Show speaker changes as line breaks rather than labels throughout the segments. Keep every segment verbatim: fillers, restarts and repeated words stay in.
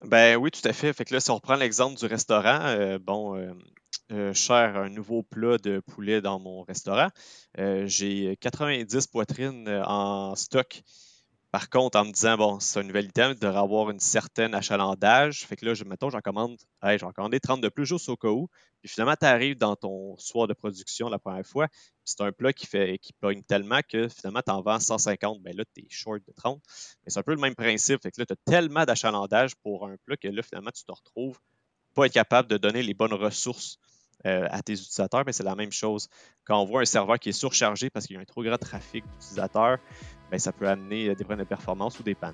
Ben oui, tout à fait. Fait que là, si on reprend l'exemple du restaurant, euh, bon, euh, euh, je sers un nouveau plat de poulet dans mon restaurant. Euh, j'ai quatre-vingt-dix poitrines euh, en stock. Par contre, en me disant, bon, c'est un nouvel item, il devrait avoir une certaine achalandage. Fait que là, je, mettons, j'en commande, hey, j'en commandé trente de plus juste au cas où. Puis finalement, tu arrives dans ton soir de production la première fois, puis c'est un plat qui fait qui pogne tellement que finalement, tu en vends cent cinquante. Ben là, tu es short de trente. Mais c'est un peu le même principe. Fait que là, tu as tellement d'achalandage pour un plat que là, finalement, tu te retrouves pas être capable de donner les bonnes ressources euh, à tes utilisateurs, mais c'est la même chose. Quand on voit un serveur qui est surchargé parce qu'il y a un trop grand trafic d'utilisateurs, ben, ça peut amener des problèmes de performance ou des pannes.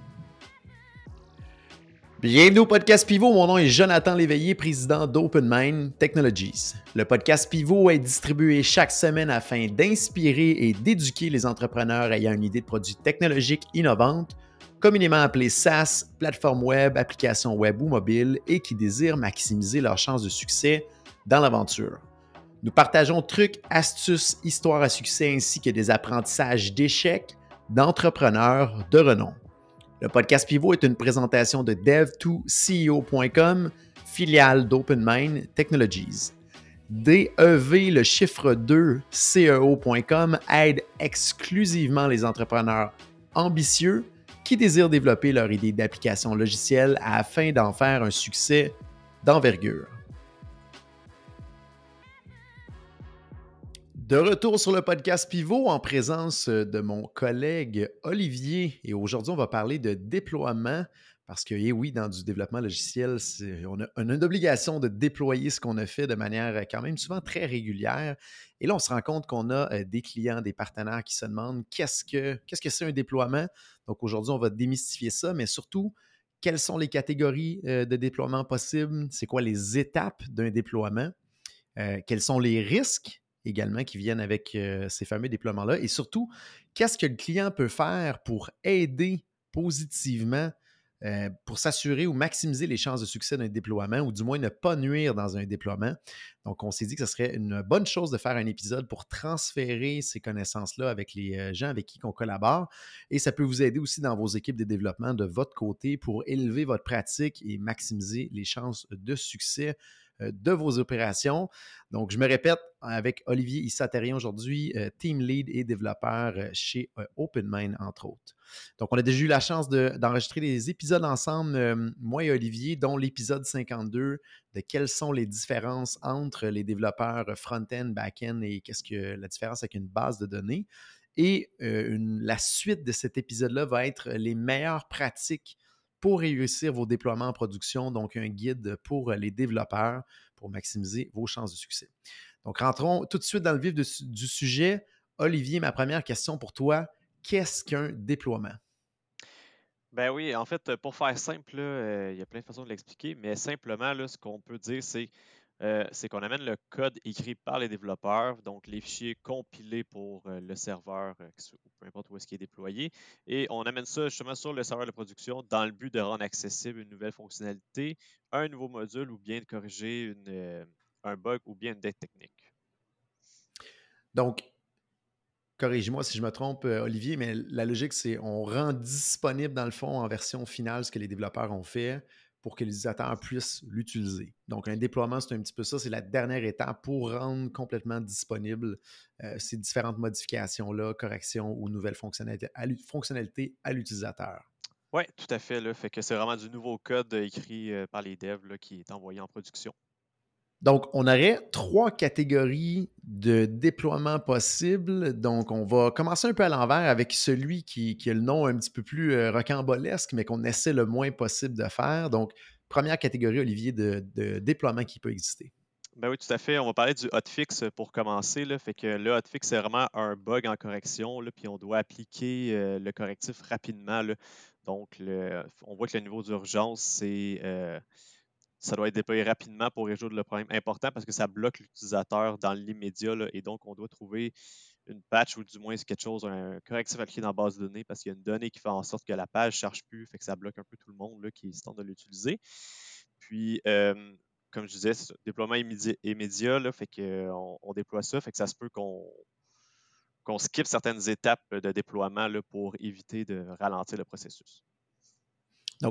Bienvenue au podcast Pivot. Mon nom est Jonathan Léveillé, président d'OpenMind Technologies. Le podcast Pivot est distribué chaque semaine afin d'inspirer et d'éduquer les entrepreneurs ayant une idée de produit technologique innovante, communément appelée SaaS, plateforme web, application web ou mobile, et qui désirent maximiser leurs chances de succès dans l'aventure. Nous partageons trucs, astuces, histoires à succès ainsi que des apprentissages d'échecs d'entrepreneurs de renom. Le podcast Pivot est une présentation de dev to c e o point com, filiale d'OpenMind Technologies. D E V, le chiffre deux, C E O point com aide exclusivement les entrepreneurs ambitieux qui désirent développer leur idée d'application logicielle afin d'en faire un succès d'envergure. De retour sur le podcast Pivot en présence de mon collègue Olivier. Et aujourd'hui, on va parler de déploiement parce que, eh oui, dans du développement logiciel, on a, on a une obligation de déployer ce qu'on a fait de manière quand même souvent très régulière. Et là, on se rend compte qu'on a euh, des clients, des partenaires qui se demandent qu'est-ce que qu'est-ce que c'est un déploiement. Donc aujourd'hui, on va démystifier ça, mais surtout, quelles sont les catégories euh, de déploiement possibles? C'est quoi les étapes d'un déploiement? Euh, quels sont les risques également qui viennent avec euh, ces fameux déploiements-là? Et surtout, qu'est-ce que le client peut faire pour aider positivement, euh, pour s'assurer ou maximiser les chances de succès d'un déploiement, ou du moins ne pas nuire dans un déploiement? Donc, on s'est dit que ce serait une bonne chose de faire un épisode pour transférer ces connaissances-là avec les euh, gens avec qui on collabore. Et ça peut vous aider aussi dans vos équipes de développement de votre côté pour élever votre pratique et maximiser les chances de succès euh, de vos opérations. Donc, je me répète, avec Olivier Issatarian aujourd'hui, euh, team lead et développeur euh, chez euh, OpenMind, entre autres. Donc, on a déjà eu la chance de, d'enregistrer des épisodes ensemble, euh, moi et Olivier, dont l'épisode cinquante-deux, de quelles sont les différences entre les développeurs front-end, back-end et qu'est-ce que la différence avec une base de données. Et euh, une, la suite de cet épisode-là va être les meilleures pratiques pour réussir vos déploiements en production, donc un guide pour les développeurs pour maximiser vos chances de succès. Donc, rentrons tout de suite dans le vif de, du sujet. Olivier, ma première question pour toi, qu'est-ce qu'un déploiement?
Ben oui, en fait, pour faire simple, là, euh, il y a plein de façons de l'expliquer, mais simplement, là, ce qu'on peut dire, c'est euh, c'est qu'on amène le code écrit par les développeurs, donc les fichiers compilés pour euh, le serveur, euh, peu importe où est-ce qu'il est déployé, et on amène ça justement sur le serveur de production dans le but de rendre accessible une nouvelle fonctionnalité, un nouveau module ou bien de corriger une, euh, un bug ou bien une dette technique.
Donc, corrige-moi si je me trompe, euh, Olivier, mais la logique, c'est on rend disponible dans le fond en version finale ce que les développeurs ont fait pour que les utilisateurs puissent l'utiliser. Donc, un déploiement, c'est un petit peu ça, c'est la dernière étape pour rendre complètement disponible euh, ces différentes modifications-là, corrections ou nouvelles fonctionnalités à, fonctionnalités à l'utilisateur.
Oui, tout à fait. Là, fait que c'est vraiment du nouveau code euh, écrit euh, par les devs là, qui est envoyé en production.
Donc, on aurait trois catégories de déploiement possibles. Donc, on va commencer un peu à l'envers avec celui qui, qui a le nom un petit peu plus euh, rocambolesque, mais qu'on essaie le moins possible de faire. Donc, première catégorie, Olivier, de, de déploiement qui peut exister.
Ben oui, tout à fait. On va parler du hotfix pour commencer. Là. Fait que le hotfix, c'est vraiment un bug en correction, là, puis on doit appliquer euh, le correctif rapidement. Là. Donc, le- on voit que le niveau d'urgence, c'est euh, ça doit être déployé rapidement pour résoudre le problème important parce que ça bloque l'utilisateur dans l'immédiat. Là, et donc, on doit trouver une patch ou du moins c'est quelque chose, un correctif appliqué dans la base de données parce qu'il y a une donnée qui fait en sorte que la page ne charge plus, fait que ça bloque un peu tout le monde là, qui tente de l'utiliser. Puis, euh, comme je disais, c'est un déploiement immédiat, immédiat là, fait qu'on on déploie ça, fait que ça se peut qu'on qu'on skip certaines étapes de déploiement là, pour éviter de ralentir le processus.
Donc,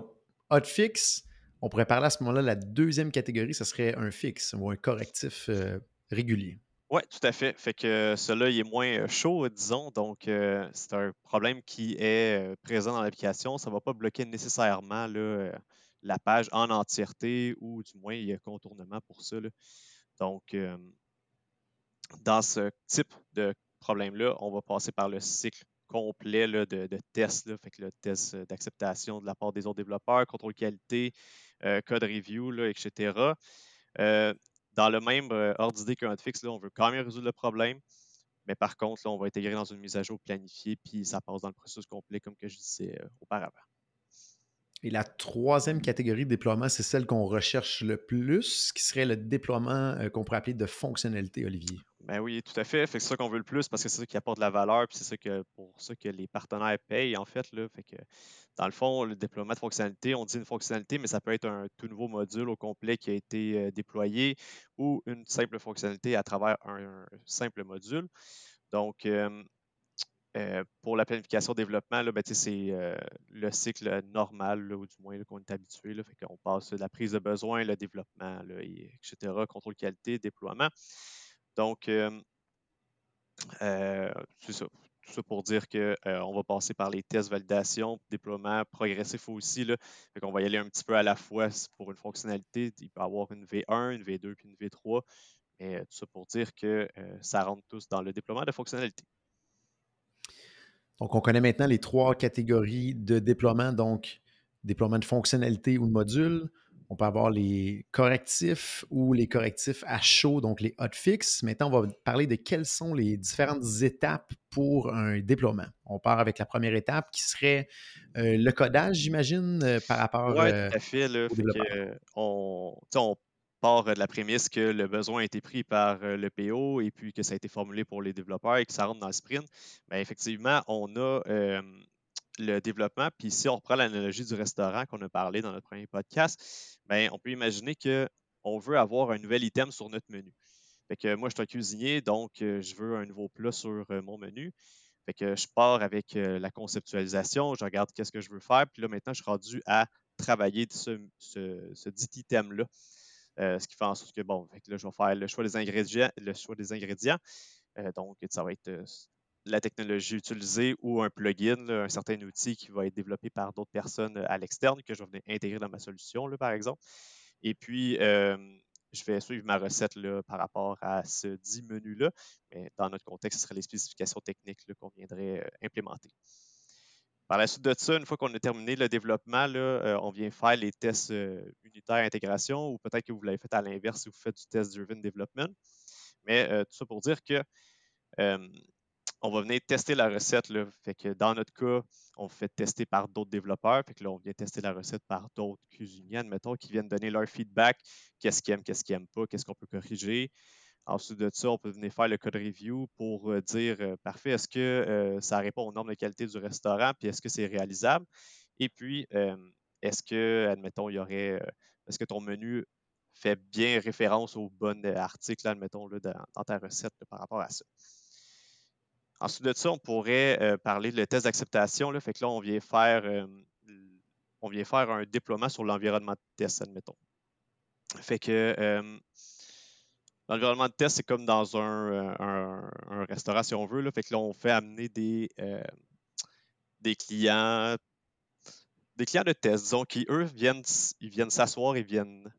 hotfix, on pourrait parler à ce moment-là, la deuxième catégorie, ça serait un fixe ou un correctif, heu, régulier.
Ouais, tout à fait. Fait que celui-là, il est moins, heu, chaud, euh, disons, donc heu, c'est un problème qui est, heu, présent dans l'application. Ça ne va pas bloquer nécessairement là, heu, la page en entièreté ou du moins il y a contournement pour ça, là. Donc, hem, dans ce type de problème-là, on va passer par le cycle complet là, de, de tests, là. Fait que le test euh, d'acceptation de la part des autres développeurs, contrôle qualité, euh, code review, là, et cetera. Euh, dans le même euh, ordre d'idée qu'un hotfix, là, on veut quand même résoudre le problème, mais par contre, là, on va intégrer dans une mise à jour planifiée, puis ça passe dans le processus complet, comme que je disais euh, auparavant.
Et la troisième catégorie de déploiement, c'est celle qu'on recherche le plus, qui serait le déploiement, heu, qu'on pourrait appeler de fonctionnalité, Olivier.
Ben oui, tout à fait. Fait que c'est ça qu'on veut le plus parce que c'est ça qui apporte de la valeur, puis c'est ça que pour ça que les partenaires payent, en fait, là. Fait que dans le fond, le déploiement de fonctionnalité, on dit une fonctionnalité, mais ça peut être un tout nouveau module au complet qui a été euh, déployé ou une simple fonctionnalité à travers un, un simple module. Donc, euh, euh, pour la planification développement, là, ben, tu sais, c'est euh, le cycle normal, là, ou du moins là, qu'on est habitué. Là. Fait qu'on passe de la prise de besoin, le développement, là, et- etc., contrôle qualité, déploiement. Donc, euh, euh, c'est ça. Tout ça pour dire qu'on euh, va passer par les tests, validation, déploiement progressif aussi. Là. Fait qu'on va y aller un petit peu à la fois pour une fonctionnalité. Il peut y avoir une V un, une V deux puis une V trois. Mais euh, tout ça pour dire que euh, ça rentre tous dans le déploiement de fonctionnalité.
Donc, on connaît maintenant les trois catégories de déploiement, donc déploiement de fonctionnalités ou de modules. On peut avoir les correctifs ou les correctifs à chaud, donc les hotfix. Maintenant, on va parler de quelles sont les différentes étapes pour un déploiement. On part avec la première étape qui serait euh, le codage, j'imagine, euh, par rapport
Ouais, tout
euh,
à fait. Là,
au
fait que,
développeur.
euh, on, tu sais, on part euh, de la prémisse que le besoin a été pris par euh, le P O et puis que ça a été formulé pour les développeurs et que ça rentre dans le sprint. Ben, effectivement, on a euh, le développement. Puis si on reprend l'analogie du restaurant qu'on a parlé dans notre premier podcast, ben, on peut imaginer qu'on veut avoir un nouvel item sur notre menu. Fait que moi, je suis un cuisinier, donc euh, je veux un nouveau plat sur euh, mon menu. Fait que je pars avec euh, la conceptualisation, je regarde qu'est-ce que je veux faire, puis là, maintenant, je suis rendu à travailler ce, ce, ce dit item-là. Euh, ce qui fait en sorte que, bon, fait que là, je vais faire le choix des ingrédients, le choix des ingrédients. Euh, donc, ça va être euh, la technologie utilisée ou un plugin, là, un certain outil qui va être développé par d'autres personnes euh, à l'externe que je vais venir intégrer dans ma solution, là, par exemple. Et puis, euh, je vais suivre ma recette là, par rapport à ce dit menu-là. Mais dans notre contexte, ce seraient les spécifications techniques là, qu'on viendrait euh, implémenter. Par la suite de ça, une fois qu'on a terminé le développement, là, euh, on vient faire les tests euh, unitaires intégration ou peut-être que vous l'avez fait à l'inverse si vous faites du test-driven development. Mais euh, tout ça pour dire que euh, on va venir tester la recette. Là. Fait que dans notre cas, on fait tester par d'autres développeurs. Fait que là, on vient tester la recette par d'autres cuisiniers, admettons, qui viennent donner leur feedback, qu'est-ce qu'ils aiment, qu'est-ce qu'ils n'aiment pas, qu'est-ce qu'on peut corriger. Ensuite de ça, on peut venir faire le code review pour euh, dire euh, parfait, est-ce que euh, ça répond aux normes de qualité du restaurant, puis est-ce que c'est réalisable? Et puis, euh, est-ce que, admettons, il y aurait, euh, est-ce que ton menu fait bien référence au bon euh, article, admettons, là, dans, dans ta recette là, par rapport à ça? Ensuite de ça, on pourrait euh, parler de le test d'acceptation. Là. Fait que là, on vient faire, euh, on vient faire un déploiement sur l'environnement de test, admettons. Fait que euh, l'environnement de test, c'est comme dans un, euh, un, un restaurant, si on veut. Là. Fait que là, on fait amener des, euh, des clients, des clients de test, disons, qui, eux, viennent, ils viennent s'asseoir, ils viennent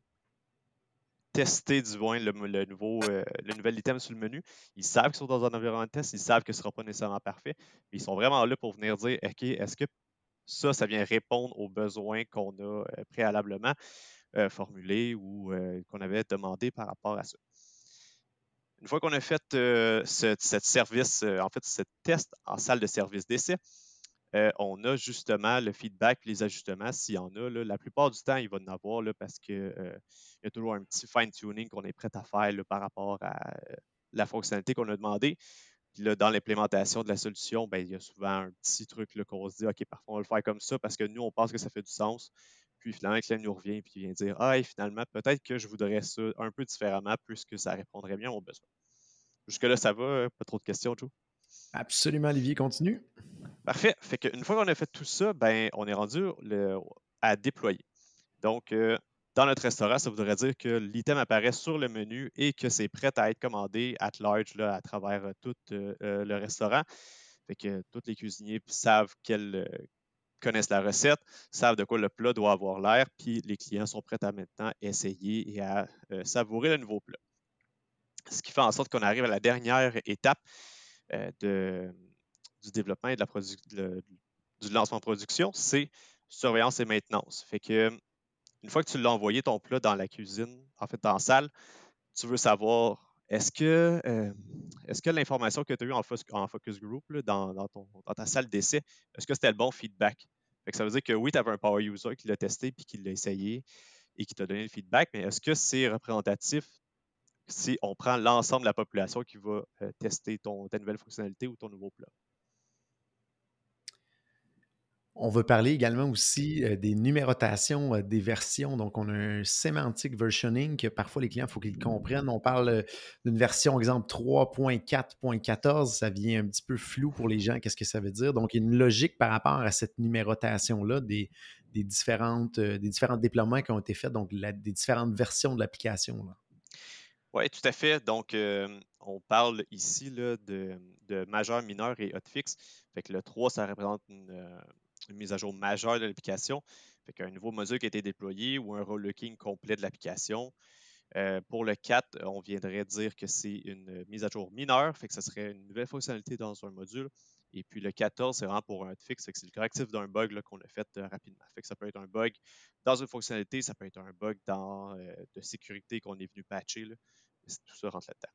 tester du moins le, le nouveau, euh, le nouvel item sur le menu. Ils savent qu'ils sont dans un environnement de test, ils savent que ce ne sera pas nécessairement parfait, mais ils sont vraiment là pour venir dire, OK, est-ce que ça, ça vient répondre aux besoins qu'on a euh, préalablement euh, formulés ou euh, qu'on avait demandé par rapport à ça. Une fois qu'on a fait euh, ce, cette service, euh, en fait, ce test en salle de service d'essai, euh, on a justement le feedback et les ajustements s'il y en a. Là, la plupart du temps, il va en avoir là, parce qu'il euh, y a toujours un petit fine-tuning qu'on est prêt à faire là, par rapport à euh, la fonctionnalité qu'on a demandé. Puis là, dans l'implémentation de la solution, ben, il y a souvent un petit truc là, qu'on se dit, OK, parfois on va le faire comme ça parce que nous, on pense que ça fait du sens. Puis finalement, le client nous revient et vient dire, ah, et finalement, peut-être que je voudrais ça un peu différemment puisque ça répondrait bien aux besoins. Jusque-là, ça va? Pas trop de questions, Joe?
Absolument, Olivier, continue.
Parfait. Fait qu'une fois qu'on a fait tout ça, ben, on est rendu le- à déployer. Donc, euh, dans notre restaurant, ça voudrait dire que l'item apparaît sur le menu et que c'est prêt à être commandé at large là, à travers euh, tout euh, euh, le restaurant. Fait que tous les cuisiniers savent quelle, euh, connaissent la recette, savent de quoi le plat doit avoir l'air, puis les clients sont prêts à maintenant essayer et à euh, savourer le nouveau plat. Ce qui fait en sorte qu'on arrive à la dernière étape euh, de, du développement et de la produ- le- du lancement en production, c'est surveillance et maintenance. Fait que une fois que tu l'as envoyé ton plat dans la cuisine, en fait dans la salle, tu veux savoir est-ce que, euh, est-ce que l'information que tu as eue en, focus, en focus group là, dans, dans, ton, dans ta salle d'essai, est-ce que c'était le bon feedback? Fait que ça veut dire que oui, tu avais un power user qui l'a testé puis qui l'a essayé et qui t'a donné le feedback, mais est-ce que c'est représentatif si on prend l'ensemble de la population qui va euh, tester ton, ta nouvelle fonctionnalité ou ton nouveau plat?
On veut parler également aussi euh, des numérotations euh, des versions. Donc, on a un semantic versioning que parfois les clients, il faut qu'ils comprennent. On parle euh, d'une version, exemple, trois point quatre point quatorze. Ça vient un petit peu flou pour les gens. Qu'est-ce que ça veut dire? Donc, il y a une logique par rapport à cette numérotation-là des, des, différentes, euh, des différents déploiements qui ont été faits, donc la- des différentes versions de l'application, là.
Oui, tout à fait. Donc, euh, on parle ici là, de, de majeur, mineur et hotfix. Fait que le trois, ça représente une, euh, une mise à jour majeure de l'application. Fait qu'un nouveau module qui a été déployé ou un relooking complet de l'application. Euh, pour le quatre, on viendrait dire que c'est une mise à jour mineure, fait que ce serait une nouvelle fonctionnalité dans un module. Et puis le quatorze, c'est vraiment pour un hotfix, fait que c'est le correctif d'un bug là, qu'on a fait euh, rapidement. Fait que ça peut être un bug dans une fonctionnalité, ça peut être un bug dans, euh, de sécurité qu'on est venu patcher. Là. Tout ça rentre là-dedans.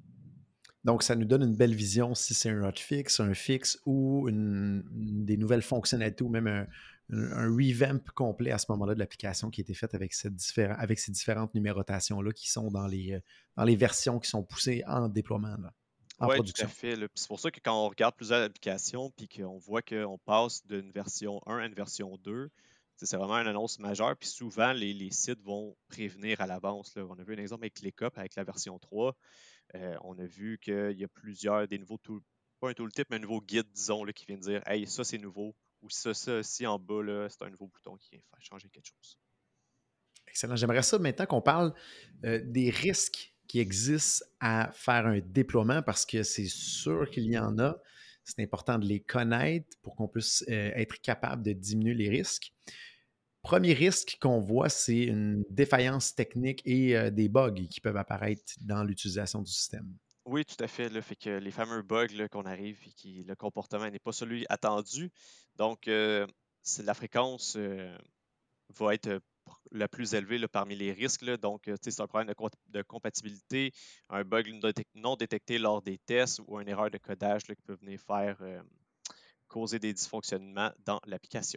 Donc, ça nous donne une belle vision si c'est un hotfix, un fixe ou une, une des nouvelles fonctionnalités ou même un, un, un revamp complet à ce moment-là de l'application qui a été faite avec, cette diffé- avec ces différentes numérotations-là qui sont dans les, euh, dans les versions qui sont poussées en déploiement, là, en
Oui, tout à
production.
fait. Là. Puis c'est pour ça que quand on regarde plusieurs applications puis qu'on voit qu'on passe d'une version un à une version deux, tu sais, c'est vraiment une annonce majeure. Puis souvent, les, les sites vont prévenir à l'avance. Là. On a vu un exemple avec ClickUp, avec la version trois. Euh, on a vu qu'il y a plusieurs, des nouveaux tool, pas un tooltip, mais un nouveau guide, disons, là, qui vient de dire Hey, ça c'est nouveau, ou ça, ça, ci en bas, là, c'est un nouveau bouton qui vient faire changer quelque chose.
Excellent. J'aimerais ça maintenant qu'on parle euh, des risques qui existent à faire un déploiement parce que c'est sûr qu'il y en a. C'est important de les connaître pour qu'on puisse euh, être capable de diminuer les risques. Premier risque qu'on voit, c'est une défaillance technique et euh, des bugs qui peuvent apparaître dans l'utilisation du système.
Oui, tout à fait. Là, fait que les fameux bugs là, qu'on arrive et qui le comportement n'est pas celui attendu. Donc, euh, c'est la fréquence euh, va être euh, pr- la plus élevée là, parmi les risques. Là. Donc, euh, tu sais, c'est un problème de, comp- de compatibilité, un bug non détec- non détecté lors des tests ou une erreur de codage là, qui peut venir faire euh, causer des dysfonctionnements dans l'application.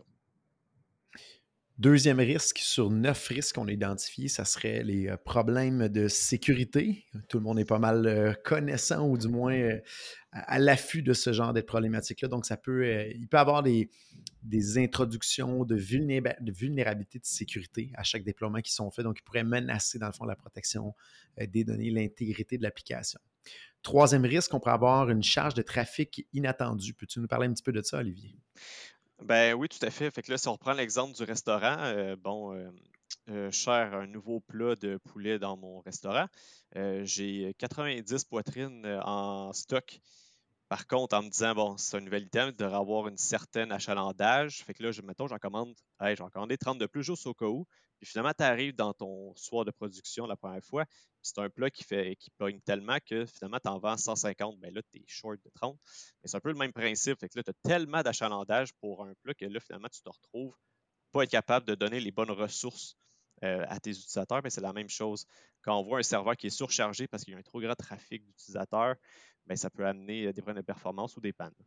Deuxième risque, sur neuf risques qu'on a identifiés, ça serait les euh, problèmes de sécurité. Tout le monde est pas mal euh, connaissant ou du moins euh, à, à l'affût de ce genre de problématiques-là. Donc, ça peut, euh, il peut y avoir des, des introductions de, vulnéra- de vulnérabilité de sécurité à chaque déploiement qui sont faits. Donc, ils pourraient menacer, dans le fond, la protection euh, des données, l'intégrité de l'application. Troisième risque, on pourrait avoir une charge de trafic inattendue. Peux-tu nous parler un petit peu de ça, Olivier?
Ben oui, tout à fait. Fait que là, si on reprend l'exemple du restaurant, euh, bon, euh, euh, je sers un nouveau plat de poulet dans mon restaurant. Euh, j'ai quatre-vingt-dix poitrines euh, en stock. Par contre, en me disant, bon, c'est un nouvel item, il devrait avoir une certaine achalandage. Fait que là, je, mettons, j'en commande, hey, j'en commandé trente de plus juste au cas où. Puis finalement, tu arrives dans ton soir de production la première fois, puis c'est un plat qui fait qui pogne tellement que finalement, tu en vends cent cinquante. Ben là, tu es short de trente. Mais c'est un peu le même principe. Fait que là, tu as tellement d'achalandage pour un plat que là, finalement, tu te retrouves pas être capable de donner les bonnes ressources euh, à tes utilisateurs, mais c'est la même chose. Quand on voit un serveur qui est surchargé parce qu'il y a un trop grand trafic d'utilisateurs, ben, ça peut amener euh, des problèmes de performance ou des pannes.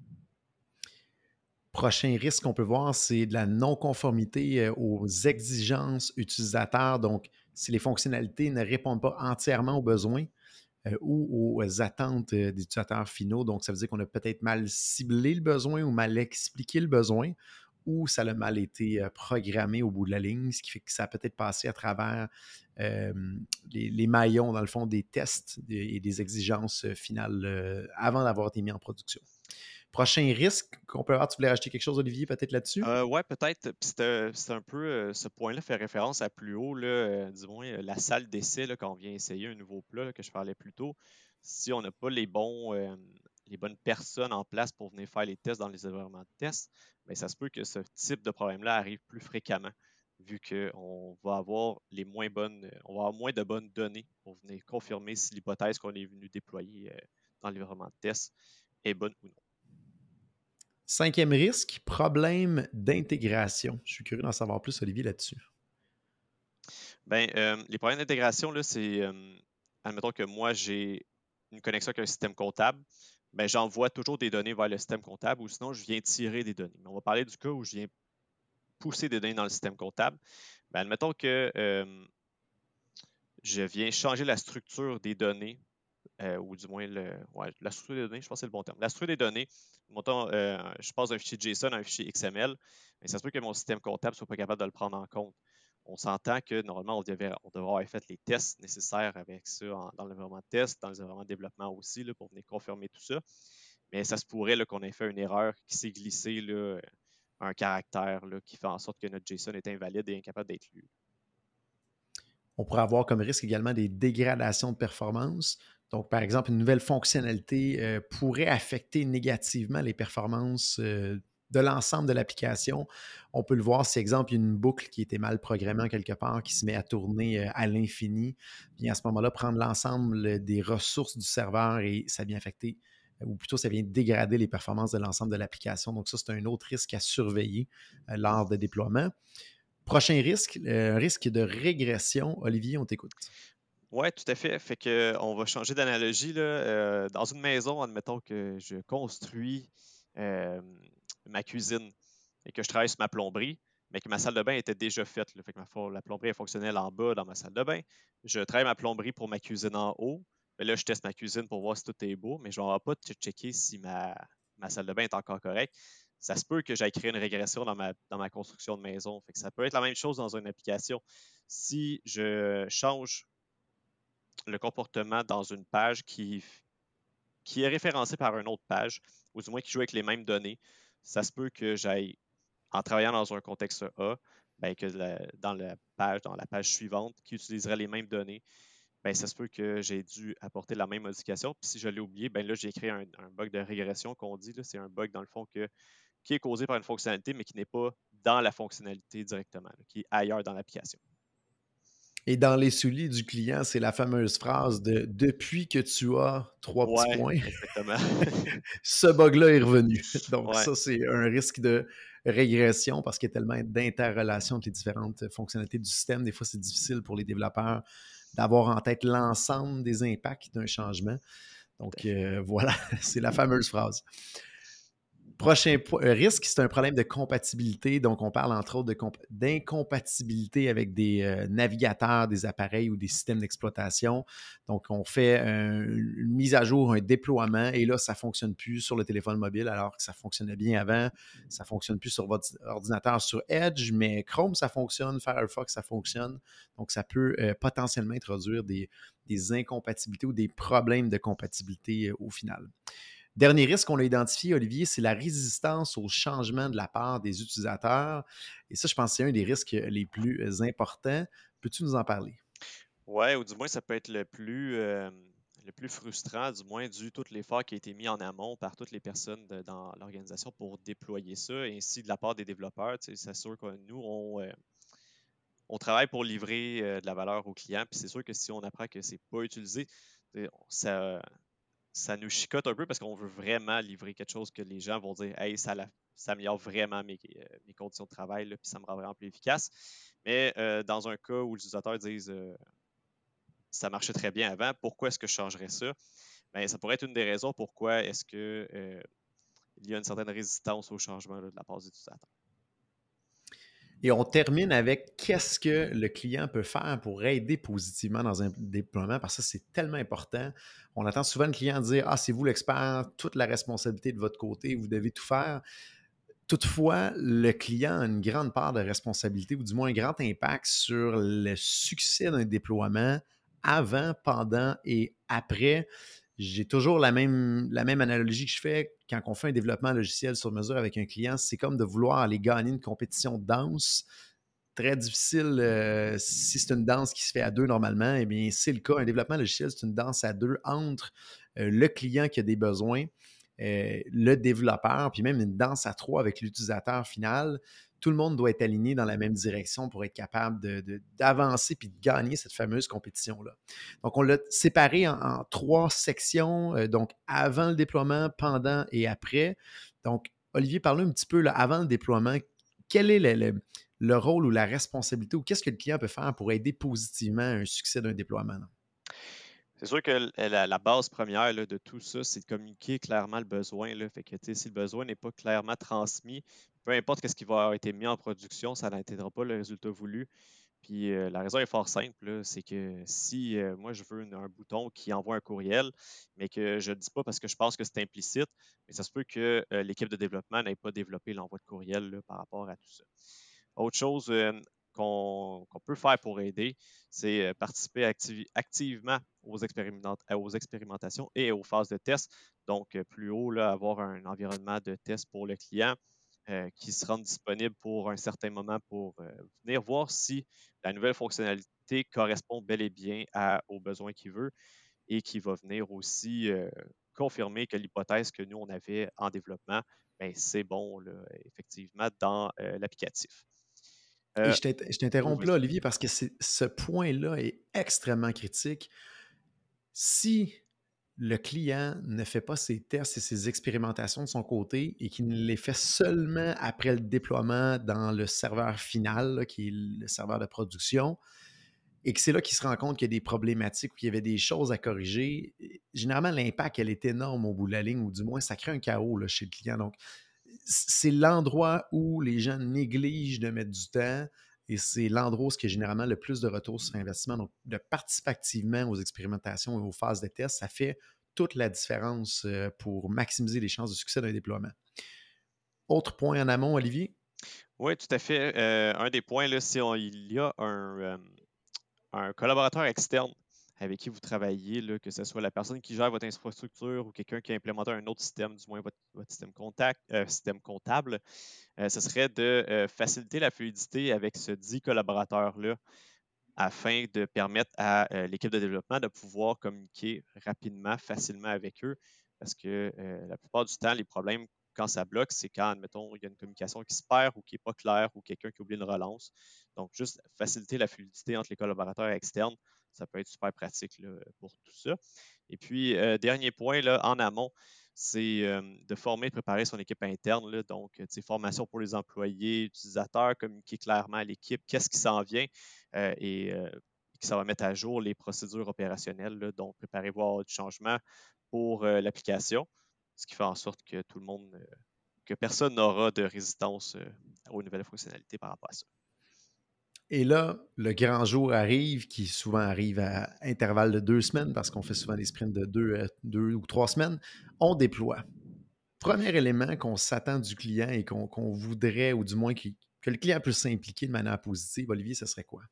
Prochain risque qu'on peut voir, c'est de la non-conformité euh, aux exigences utilisateurs. Donc, si les fonctionnalités ne répondent pas entièrement aux besoins euh, ou aux attentes euh, des utilisateurs finaux, donc ça veut dire qu'on a peut-être mal ciblé le besoin ou mal expliqué le besoin ou ça a mal été euh, programmé au bout de la ligne, ce qui fait que ça a peut-être passé à travers euh, les, les maillons, dans le fond, des tests et des exigences finales euh, avant d'avoir été mis en production. Prochain risque qu'on peut avoir, tu voulais rajouter quelque chose, Olivier, peut-être là-dessus?
Euh, ouais, peut-être. Puis c'était c'est un peu euh, ce point-là fait référence à plus haut, là, euh, du moins euh, la salle d'essai là, quand on vient essayer un nouveau plat là, que je parlais plus tôt. Si on n'a pas les bons euh, les bonnes personnes en place pour venir faire les tests dans les environnements de test, ben, ça se peut que ce type de problème-là arrive plus fréquemment, vu qu'on va avoir les moins bonnes, euh, on va avoir moins de bonnes données pour venir confirmer si l'hypothèse qu'on est venu déployer euh, dans l'environnement de test est bonne ou non.
Cinquième risque, problème d'intégration. Je suis curieux d'en savoir plus, Olivier, là-dessus.
Ben, euh, les problèmes d'intégration, là, c'est, euh, admettons que moi, j'ai une connexion avec un système comptable, ben, j'envoie toujours des données vers le système comptable ou sinon, je viens tirer des données. Mais on va parler du cas où je viens pousser des données dans le système comptable. Ben, admettons que euh, je viens changer la structure des données euh, ou du moins le, ouais, la structure des données, je pense que c'est le bon terme. La structure des données, mettons, euh, je passe d'un fichier JSON à un fichier X M L, mais ça se peut que mon système comptable ne soit pas capable de le prendre en compte. On s'entend que normalement, on devrait, on devrait avoir fait les tests nécessaires avec ça en- dans l'environnement de test, dans l'environnement de développement aussi, là, pour venir confirmer tout ça. Mais ça se pourrait là, qu'on ait fait une erreur qui s'est glissée, là, un caractère là, qui fait en sorte que notre JSON est invalide et incapable d'être lu.
On pourrait avoir comme risque également des dégradations de performance. Donc, par exemple, une nouvelle fonctionnalité euh, pourrait affecter négativement les performances euh, de l'ensemble de l'application. On peut le voir si, exemple, il y a une boucle qui était mal programmée en quelque part, qui se met à tourner euh, à l'infini. Puis à ce moment-là, prendre l'ensemble des ressources du serveur et ça vient affecter, ou plutôt ça vient dégrader les performances de l'ensemble de l'application. Donc ça, c'est un autre risque à surveiller euh, lors de déploiement. Prochain risque, euh, un risque de régression. Olivier, on t'écoute.
Oui, tout à fait. Fait que, on va changer d'analogie, là. Euh, dans une maison, admettons que je construis euh, ma cuisine et que je travaille sur ma plomberie, mais que ma salle de bain était déjà faite, là. Fait que ma fo- la plomberie est fonctionnelle en bas dans ma salle de bain. Je travaille ma plomberie pour ma cuisine en haut. Mais là, je teste ma cuisine pour voir si tout est beau, mais je ne vais pas che- checker si ma, ma salle de bain est encore correcte. Ça se peut que j'aille créer une régression dans ma, dans ma construction de maison. Fait que ça peut être la même chose dans une application. Si je change le comportement dans une page qui, qui est référencée par une autre page, ou du moins qui joue avec les mêmes données, ça se peut que j'aille, en travaillant dans un contexte A, ben, que la- dans la page, dans la page suivante, qui utiliserait les mêmes données, ben, ça se peut que j'ai dû apporter la même modification. Puis si je l'ai oublié, ben là, j'ai créé un, un bug de régression qu'on dit. Là, c'est un bug, dans le fond, que, qui est causé par une fonctionnalité, mais qui n'est pas dans la fonctionnalité directement, là, qui est ailleurs dans l'application.
Et dans les souliers du client, c'est la fameuse phrase de depuis que tu as trois petits
Ouais,
points,
exactement.
ce bug-là est revenu. Donc,
Ouais,
ça, c'est un risque de régression parce qu'il y a tellement d'interrelations entre les différentes fonctionnalités du système. Des fois, c'est difficile pour les développeurs d'avoir en tête l'ensemble des impacts d'un changement.
tout à
Donc,
fait.
euh, voilà, c'est la fameuse phrase. Prochain po- euh, risque, c'est un problème de compatibilité. Donc, on parle entre autres de comp- d'incompatibilité avec des euh, navigateurs, des appareils ou des systèmes d'exploitation. Donc, on fait un- une mise à jour, un déploiement, et là, ça ne fonctionne plus sur le téléphone mobile alors que ça fonctionnait bien avant. Ça ne fonctionne plus sur votre ordinateur sur Edge, mais Chrome, ça fonctionne, Firefox, ça fonctionne. Donc, ça peut euh, potentiellement introduire des, des incompatibilités ou des problèmes de compatibilité euh, au final. Dernier risque qu'on a identifié, Olivier, c'est la résistance au changement de la part des utilisateurs. Et ça, je pense que c'est un des risques les plus importants. Peux-tu nous en parler?
Ouais, ou du moins, ça peut être le plus, euh, le plus frustrant, du moins, dû tout l'effort qui a été mis en amont par toutes les personnes de- dans l'organisation pour déployer ça, ainsi de la part des développeurs. Tu sais, c'est sûr que nous, on, euh, on travaille pour livrer euh, de la valeur aux clients, puis c'est sûr que si on apprend que c'est pas utilisé, tu sais, ça, ça nous chicote un peu parce qu'on veut vraiment livrer quelque chose que les gens vont dire, hey, ça, la- ça améliore vraiment mes, euh, mes conditions de travail, là, puis ça me rend vraiment plus efficace. Mais euh, dans un cas où les utilisateurs disent, euh, ça marchait très bien avant, pourquoi est-ce que je changerais ça? Ben, ça pourrait être une des raisons pourquoi est-ce que euh, il y a une certaine résistance au changement là, de la part des utilisateurs.
Et on termine avec qu'est-ce que le client peut faire pour aider positivement dans un déploiement, parce que ça, c'est tellement important. On entend souvent le client dire, ah, c'est vous l'expert, toute la responsabilité de votre côté, vous devez tout faire. Toutefois, le client a une grande part de responsabilité ou du moins un grand impact sur le succès d'un déploiement avant, pendant et après. j'ai toujours la même, la même analogie que je fais quand on fait un développement logiciel sur mesure avec un client. C'est comme de vouloir aller gagner une compétition de danse. Très difficile euh, si c'est une danse qui se fait à deux normalement. Eh bien, c'est le cas. Un développement logiciel, c'est une danse à deux entre euh, le client qui a des besoins, euh, le développeur, puis même une danse à trois avec l'utilisateur final. Tout le monde doit être aligné dans la même direction pour être capable de, de, d'avancer puis de gagner cette fameuse compétition-là. Donc, on l'a séparé en, en trois sections, euh, donc avant le déploiement, pendant et après. Donc, Olivier, parle un petit peu là, avant le déploiement. Quel est le, le, le rôle ou la responsabilité ou qu'est-ce que le client peut faire pour aider positivement à un succès d'un déploiement? Là?
C'est sûr que la, la base première là, de tout ça, c'est de communiquer clairement le besoin. Là. Fait que, si le besoin n'est pas clairement transmis, peu importe ce qui va avoir été mis en production, ça n'atteindra pas le résultat voulu. Puis euh, la raison est fort simple, là, c'est que si euh, moi je veux une- un bouton qui envoie un courriel, mais que je ne le dis pas parce que je pense que c'est implicite, mais ça se peut que euh, l'équipe de développement n'ait pas développé l'envoi de courriel là, par rapport à tout ça. Autre chose euh, qu'on qu'on peut faire pour aider, c'est euh, participer activi- activement aux, expériment- euh, aux expérimentations et aux phases de test. Donc, euh, plus haut, là, avoir un environnement de test pour le client euh, qui se rende disponible pour un certain moment pour euh, venir voir si la nouvelle fonctionnalité correspond bel et bien à- aux besoins qu'il veut et qui va venir aussi euh, confirmer que l'hypothèse que nous, on avait en développement, ben, c'est bon, là, effectivement, dans euh, l'applicatif.
Et
Euh,
je t'int- je
oui,
t'interromps là,
vas-y.
Olivier, parce que c'est- ce point-là est extrêmement critique. Si le client ne fait pas ses tests et ses expérimentations de son côté et qu'il ne les fait seulement après le déploiement dans le serveur final, là, qui est le serveur de production, et que c'est là qu'il se rend compte qu'il y a des problématiques ou qu'il y avait des choses à corriger, généralement, l'impact, elle est énorme au bout de la ligne, ou du moins, ça crée un chaos là, chez le client. Donc, c'est l'endroit où les gens négligent de mettre du temps et c'est l'endroit où il y a généralement le plus de retour sur investissement. Donc, de participer activement aux expérimentations et aux phases de test, ça fait toute la différence euh, pour maximiser les chances de succès d'un déploiement. Autre point en amont, Olivier?
Oui, tout à fait. Euh, un des points, là, si on- il y a un, euh, un collaborateur externe avec qui vous travaillez, là, que ce soit la personne qui gère votre infrastructure ou quelqu'un qui a implémenté un autre système, du moins votre, votre système, contact, euh, système comptable, euh, ce serait de euh, faciliter la fluidité avec ce dit collaborateur-là afin de permettre à euh, l'équipe de développement de pouvoir communiquer rapidement, facilement avec eux. Parce que euh, la plupart du temps, les problèmes, quand ça bloque, c'est quand, admettons, il y a une communication qui se perd ou qui n'est pas claire ou quelqu'un qui oublie une relance. Donc, juste faciliter la fluidité entre les collaborateurs externes, ça peut être super pratique là, pour tout ça. Et puis, euh, dernier point, là, en amont, c'est euh, de former et de préparer son équipe interne. Là, donc, formation pour les employés, utilisateurs, communiquer clairement à l'équipe, qu'est-ce qui s'en vient euh, et euh, que ça va mettre à jour les procédures opérationnelles. Là, donc, préparez-vous à avoir du changement pour euh, l'application, ce qui fait en sorte que tout le monde, euh, que personne n'aura de résistance euh, aux nouvelles fonctionnalités par rapport à ça.
Et là, le grand jour arrive, qui souvent arrive à intervalle de deux semaines, parce qu'on fait souvent des sprints de deux, euh, deux ou trois semaines. On déploie. Premier élément qu'on s'attend du client et qu'on qu'on voudrait, ou du moins qui- que le client puisse s'impliquer de manière positive, Olivier, ce serait quoi?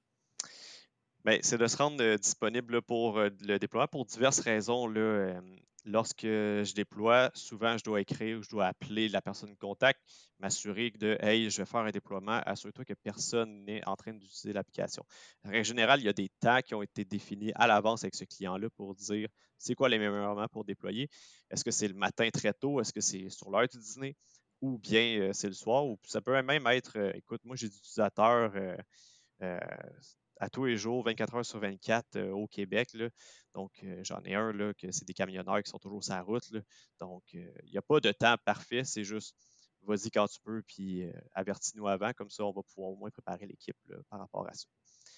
Ben, c'est de se rendre euh, disponible là, pour euh, le déploiement pour diverses raisons. Là, euh, lorsque je déploie, souvent je dois écrire ou je dois appeler la personne de contact, m'assurer de Hey, je vais faire un déploiement, assure-toi que personne n'est en train d'utiliser l'application. En règle générale, il y a des temps qui ont été définis à l'avance avec ce client-là pour dire c'est quoi les meilleurs moments pour déployer. Est-ce que c'est le matin très tôt? Est-ce que c'est sur l'heure du dîner? Ou bien euh, c'est le soir? Ou ça peut même être euh, écoute, moi j'ai des utilisateurs. Euh, euh, à tous les jours, vingt-quatre heures sur vingt-quatre euh, au Québec. Là. Donc, euh, j'en ai un, là, que c'est des camionneurs qui sont toujours sur la route. Là. Donc, euh, il n'y a pas de temps parfait, c'est juste vas-y quand tu peux, puis euh, avertis-nous avant, comme ça, on va pouvoir au moins préparer l'équipe là, par rapport à ça.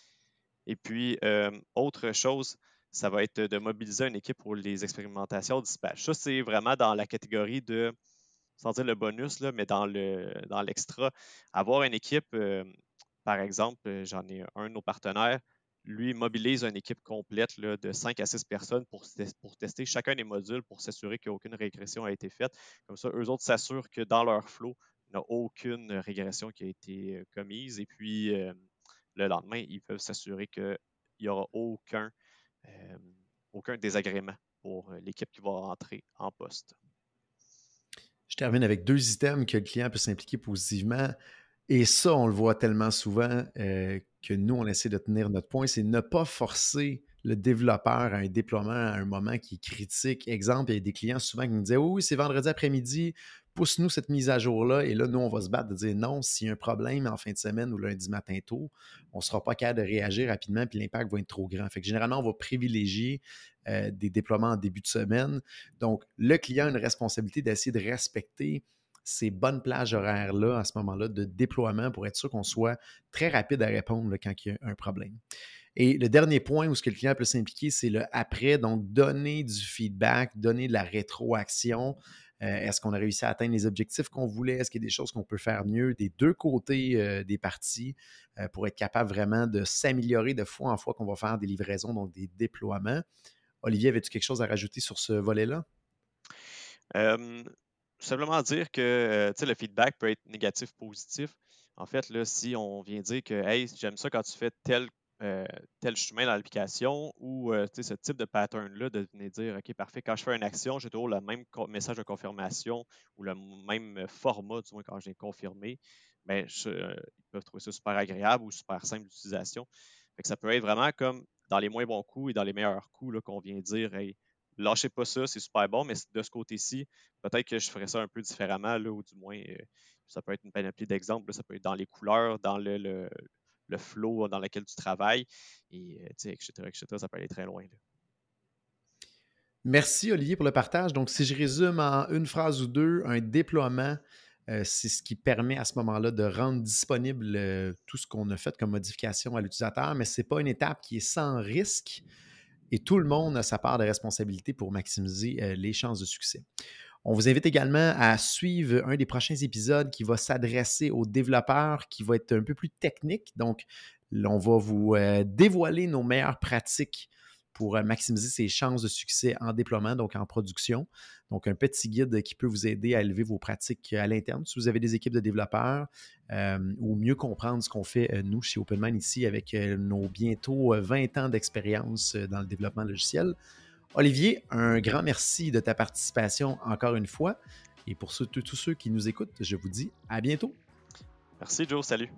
Et puis, euh, autre chose, ça va être de mobiliser une équipe pour les expérimentations dispatch. Ça, c'est vraiment dans la catégorie de, sans dire le bonus, là, mais dans le dans l'extra, avoir une équipe, euh, par exemple, euh, j'en ai un de nos partenaires, lui mobilise une équipe complète là, de cinq à six personnes pour, pour tester chacun des modules pour s'assurer qu'aucune régression a été faite. Comme ça, eux autres s'assurent que dans leur flow, il n'y a aucune régression qui a été euh, commise. Et puis, euh, le lendemain, ils peuvent s'assurer qu'il n'y aura aucun, euh, aucun désagrément pour l'équipe qui va entrer en poste.
Je termine avec deux items que le client peut s'impliquer positivement. Et ça, on le voit tellement souvent euh, que nous, on essaie de tenir notre point, c'est ne pas forcer le développeur à un déploiement à un moment qui est critique. Exemple, il y a des clients souvent qui nous disaient oui, oui, c'est vendredi après-midi, pousse-nous cette mise à jour-là. Et là, nous, on va se battre de dire non, s'il y a un problème en fin de semaine ou lundi matin tôt, on ne sera pas capable de réagir rapidement puis l'impact va être trop grand. Fait que généralement, on va privilégier euh, des déploiements en début de semaine. Donc, le client a une responsabilité d'essayer de respecter ces bonnes plages horaires-là, à ce moment-là, de déploiement pour être sûr qu'on soit très rapide à répondre là, quand il y a un problème. Et le dernier point où ce que le client peut s'impliquer, c'est le après, donc donner du feedback, donner de la rétroaction. Euh, est-ce qu'on a réussi à atteindre les objectifs qu'on voulait? Est-ce qu'il y a des choses qu'on peut faire mieux des deux côtés euh, des parties euh, pour être capable vraiment de s'améliorer de fois en fois qu'on va faire des livraisons, donc des déploiements? Olivier, avais-tu quelque chose à rajouter sur ce volet-là?
Euh, Simplement dire que euh, tu sais, le feedback peut être négatif, positif. En fait, là, si on vient dire que hey, j'aime ça quand tu fais tel, euh, tel chemin dans l'application ou euh, tu sais, ce type de pattern-là, de venir dire OK, parfait, quand je fais une action, j'ai toujours le même co- message de confirmation ou le même format, du moins quand j'ai confirmé, ben, je- euh, ils peuvent trouver ça super agréable ou super simple d'utilisation. Fait que ça peut être vraiment comme dans les moins bons coups et dans les meilleurs coups là, qu'on vient dire hey, lâchez pas ça, c'est super bon, mais de ce côté-ci, peut-être que je ferais ça un peu différemment, là, ou du moins, euh, ça peut être une panoplie d'exemples. Ça peut être dans les couleurs, dans le, le, le flow dans lequel tu travailles, et, euh, et cetera, et cetera. Ça peut aller très loin. Là.
Merci Olivier pour le partage. Donc, si je résume en une phrase ou deux, un déploiement, euh, c'est ce qui permet à ce moment-là de rendre disponible euh, tout ce qu'on a fait comme modification à l'utilisateur, mais ce n'est pas une étape qui est sans risque et tout le monde a sa part de responsabilité pour maximiser euh, les chances de succès. On vous invite également à suivre un des prochains épisodes qui va s'adresser aux développeurs, qui va être un peu plus technique. Donc, on va vous euh, dévoiler nos meilleures pratiques pour euh, maximiser ses chances de succès en déploiement, donc en production. Donc, un petit guide qui peut vous aider à élever vos pratiques à l'interne si vous avez des équipes de développeurs euh, ou mieux comprendre ce qu'on fait, euh, nous, chez OpenMind, ici, avec euh, nos bientôt vingt ans d'expérience euh, dans le développement logiciel. Olivier, un grand merci de ta participation encore une fois. Et pour ceux, tous ceux qui nous écoutent, je vous dis à bientôt.
Merci, Joe. Salut.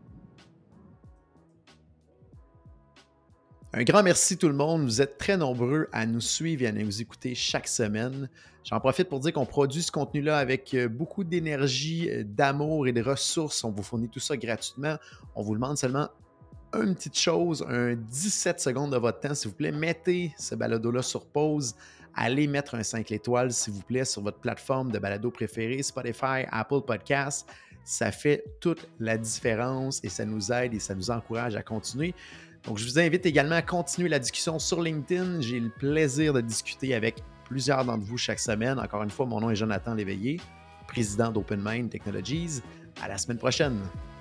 Un grand merci tout le monde. Vous êtes très nombreux à nous suivre et à nous écouter chaque semaine. J'en profite pour dire qu'on produit ce contenu-là avec beaucoup d'énergie, d'amour et de ressources. On vous fournit tout ça gratuitement. On vous demande seulement une petite chose, un dix-sept secondes de votre temps, s'il vous plaît. Mettez ce balado-là sur pause. Allez mettre un cinq étoiles, s'il vous plaît, sur votre plateforme de balado préférée, Spotify, Apple Podcasts. Ça fait toute la différence et ça nous aide et ça nous encourage à continuer. Donc, je vous invite également à continuer la discussion sur LinkedIn. J'ai le plaisir de discuter avec plusieurs d'entre vous chaque semaine. Encore une fois, mon nom est Jonathan Léveillé, président d'OpenMind Technologies. À la semaine prochaine.